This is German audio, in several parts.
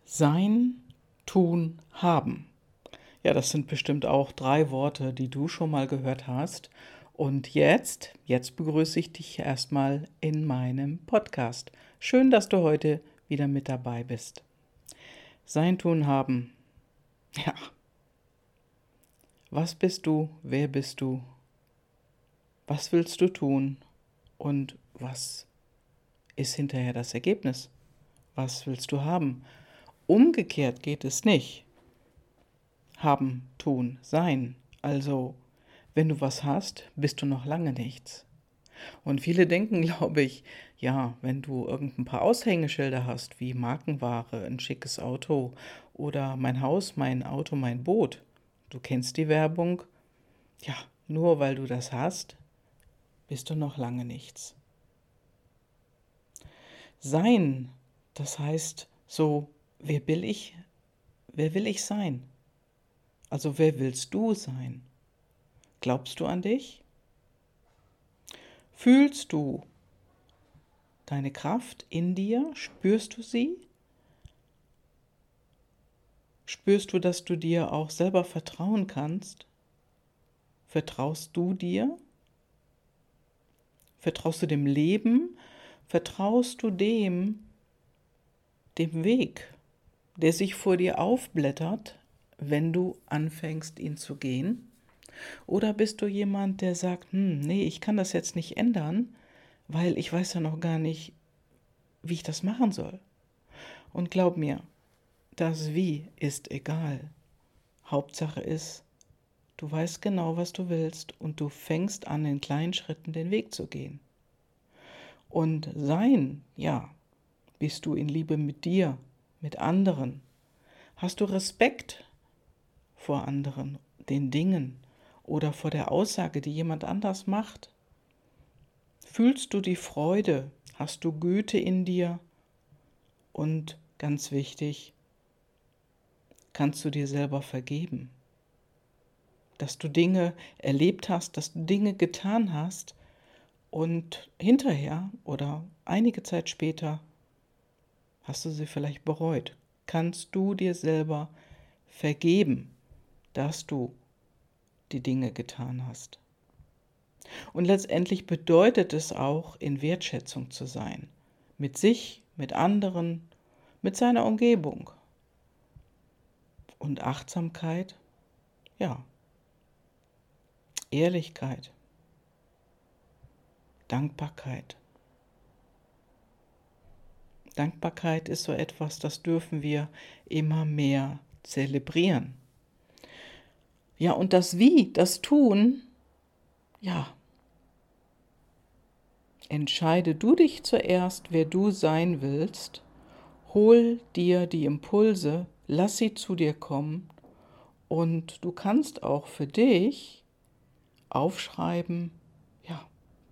Sein, tun, haben. Ja, das sind bestimmt auch 3 Worte, die du schon mal gehört hast. Und jetzt begrüße ich dich erstmal in meinem Podcast. Schön, dass du heute wieder mit dabei bist. Sein, tun, haben. Ja, was bist du? Wer bist du? Was willst du tun? Und was ist hinterher das Ergebnis? Was willst du haben? Umgekehrt geht es nicht. Haben, tun, sein. Also, wenn du was hast, bist du noch lange nichts. Und viele denken, glaube ich, ja, wenn du irgendein paar Aushängeschilder hast, wie Markenware, ein schickes Auto oder mein Haus, mein Auto, mein Boot, du kennst die Werbung, ja, nur weil du das hast, bist du noch lange nichts. Sein, das heißt so, wer will ich sein? Also wer willst du sein? Glaubst du an dich? Fühlst du deine Kraft in dir? Spürst du sie? Spürst du, dass du dir auch selber vertrauen kannst? Vertraust du dir? Vertraust du dem Leben? Vertraust du dem Weg, der sich vor dir aufblättert, wenn du anfängst, ihn zu gehen? Oder bist du jemand, der sagt, nee, ich kann das jetzt nicht ändern, weil ich weiß ja noch gar nicht, wie ich das machen soll. Und glaub mir, das Wie ist egal. Hauptsache ist, du weißt genau, was du willst und du fängst an, in kleinen Schritten den Weg zu gehen. Und sein, ja, bist du in Liebe mit dir, mit anderen. Hast du Respekt vor anderen, den Dingen oder vor der Aussage, die jemand anders macht? Fühlst du die Freude? Hast du Güte in dir? Und ganz wichtig, kannst du dir selber vergeben? Dass du Dinge erlebt hast, dass du Dinge getan hast und hinterher oder einige Zeit später hast du sie vielleicht bereut. Kannst du dir selber vergeben, dass du die Dinge getan hast? Und letztendlich bedeutet es auch, in Wertschätzung zu sein. Mit sich, mit anderen, mit seiner Umgebung. Und Achtsamkeit, ja, Ehrlichkeit, Dankbarkeit. Dankbarkeit ist so etwas, das dürfen wir immer mehr zelebrieren. Ja, und das Wie, das Tun, ja, entscheide du dich zuerst, wer du sein willst, hol dir die Impulse, lass sie zu dir kommen und du kannst auch für dich aufschreiben, ja,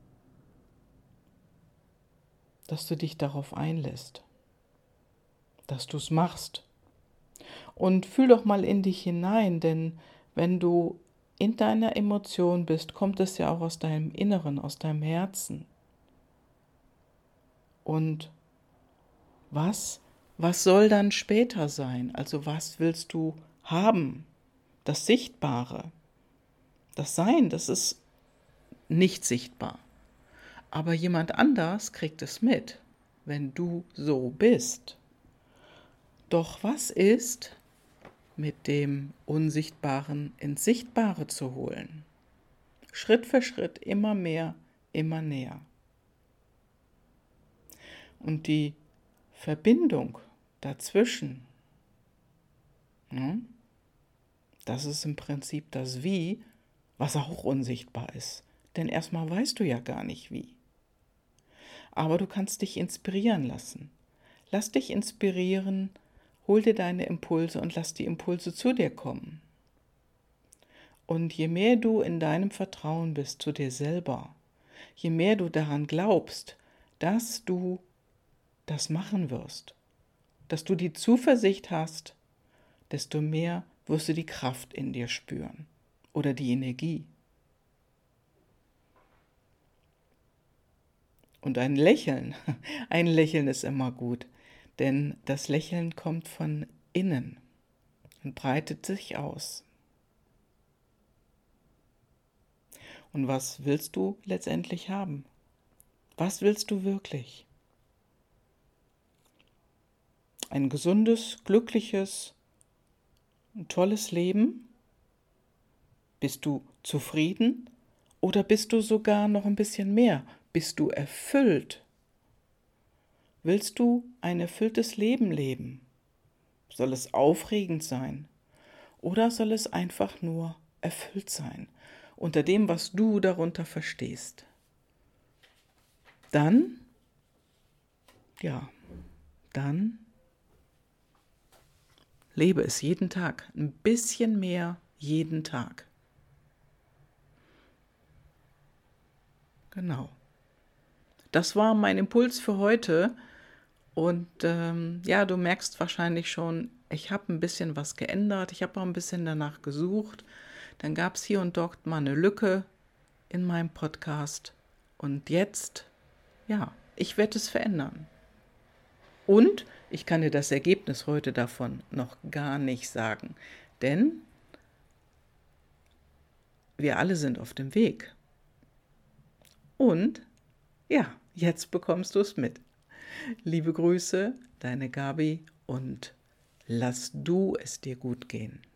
dass du dich darauf einlässt, dass du es machst. Und fühl doch mal in dich hinein, denn wenn du in deiner Emotion bist, kommt es ja auch aus deinem Inneren, aus deinem Herzen. Und was, was soll dann später sein? Also was willst du haben? Das Sichtbare, das Sein, das ist nicht sichtbar. Aber jemand anders kriegt es mit, wenn du so bist. Doch was ist mit dem Unsichtbaren ins Sichtbare zu holen? Schritt für Schritt immer mehr, immer näher. Und die Verbindung dazwischen, ne, das ist im Prinzip das Wie, was auch unsichtbar ist. Denn erstmal weißt du ja gar nicht wie. Aber du kannst dich inspirieren lassen. Lass dich inspirieren, hol dir deine Impulse und lass die Impulse zu dir kommen. Und je mehr du in deinem Vertrauen bist zu dir selber, je mehr du daran glaubst, dass du das machen wirst, dass du die Zuversicht hast, desto mehr wirst du die Kraft in dir spüren oder die Energie. Und ein Lächeln ist immer gut. Denn das Lächeln kommt von innen und breitet sich aus. Und was willst du letztendlich haben? Was willst du wirklich? Ein gesundes, glückliches, ein tolles Leben? Bist du zufrieden oder bist du sogar noch ein bisschen mehr? Bist du erfüllt? Willst du ein erfülltes Leben leben? Soll es aufregend sein oder soll es einfach nur erfüllt sein? Unter dem, was du darunter verstehst. Dann lebe es jeden Tag, ein bisschen mehr jeden Tag. Genau. Das war mein Impuls für heute. Und du merkst wahrscheinlich schon, ich habe ein bisschen was geändert. Ich habe auch ein bisschen danach gesucht. Dann gab es hier und dort mal eine Lücke in meinem Podcast. Und jetzt, ich werde es verändern. Und ich kann dir das Ergebnis heute davon noch gar nicht sagen. Denn wir alle sind auf dem Weg. Und jetzt bekommst du es mit. Liebe Grüße, deine Gabi und lass du es dir gut gehen.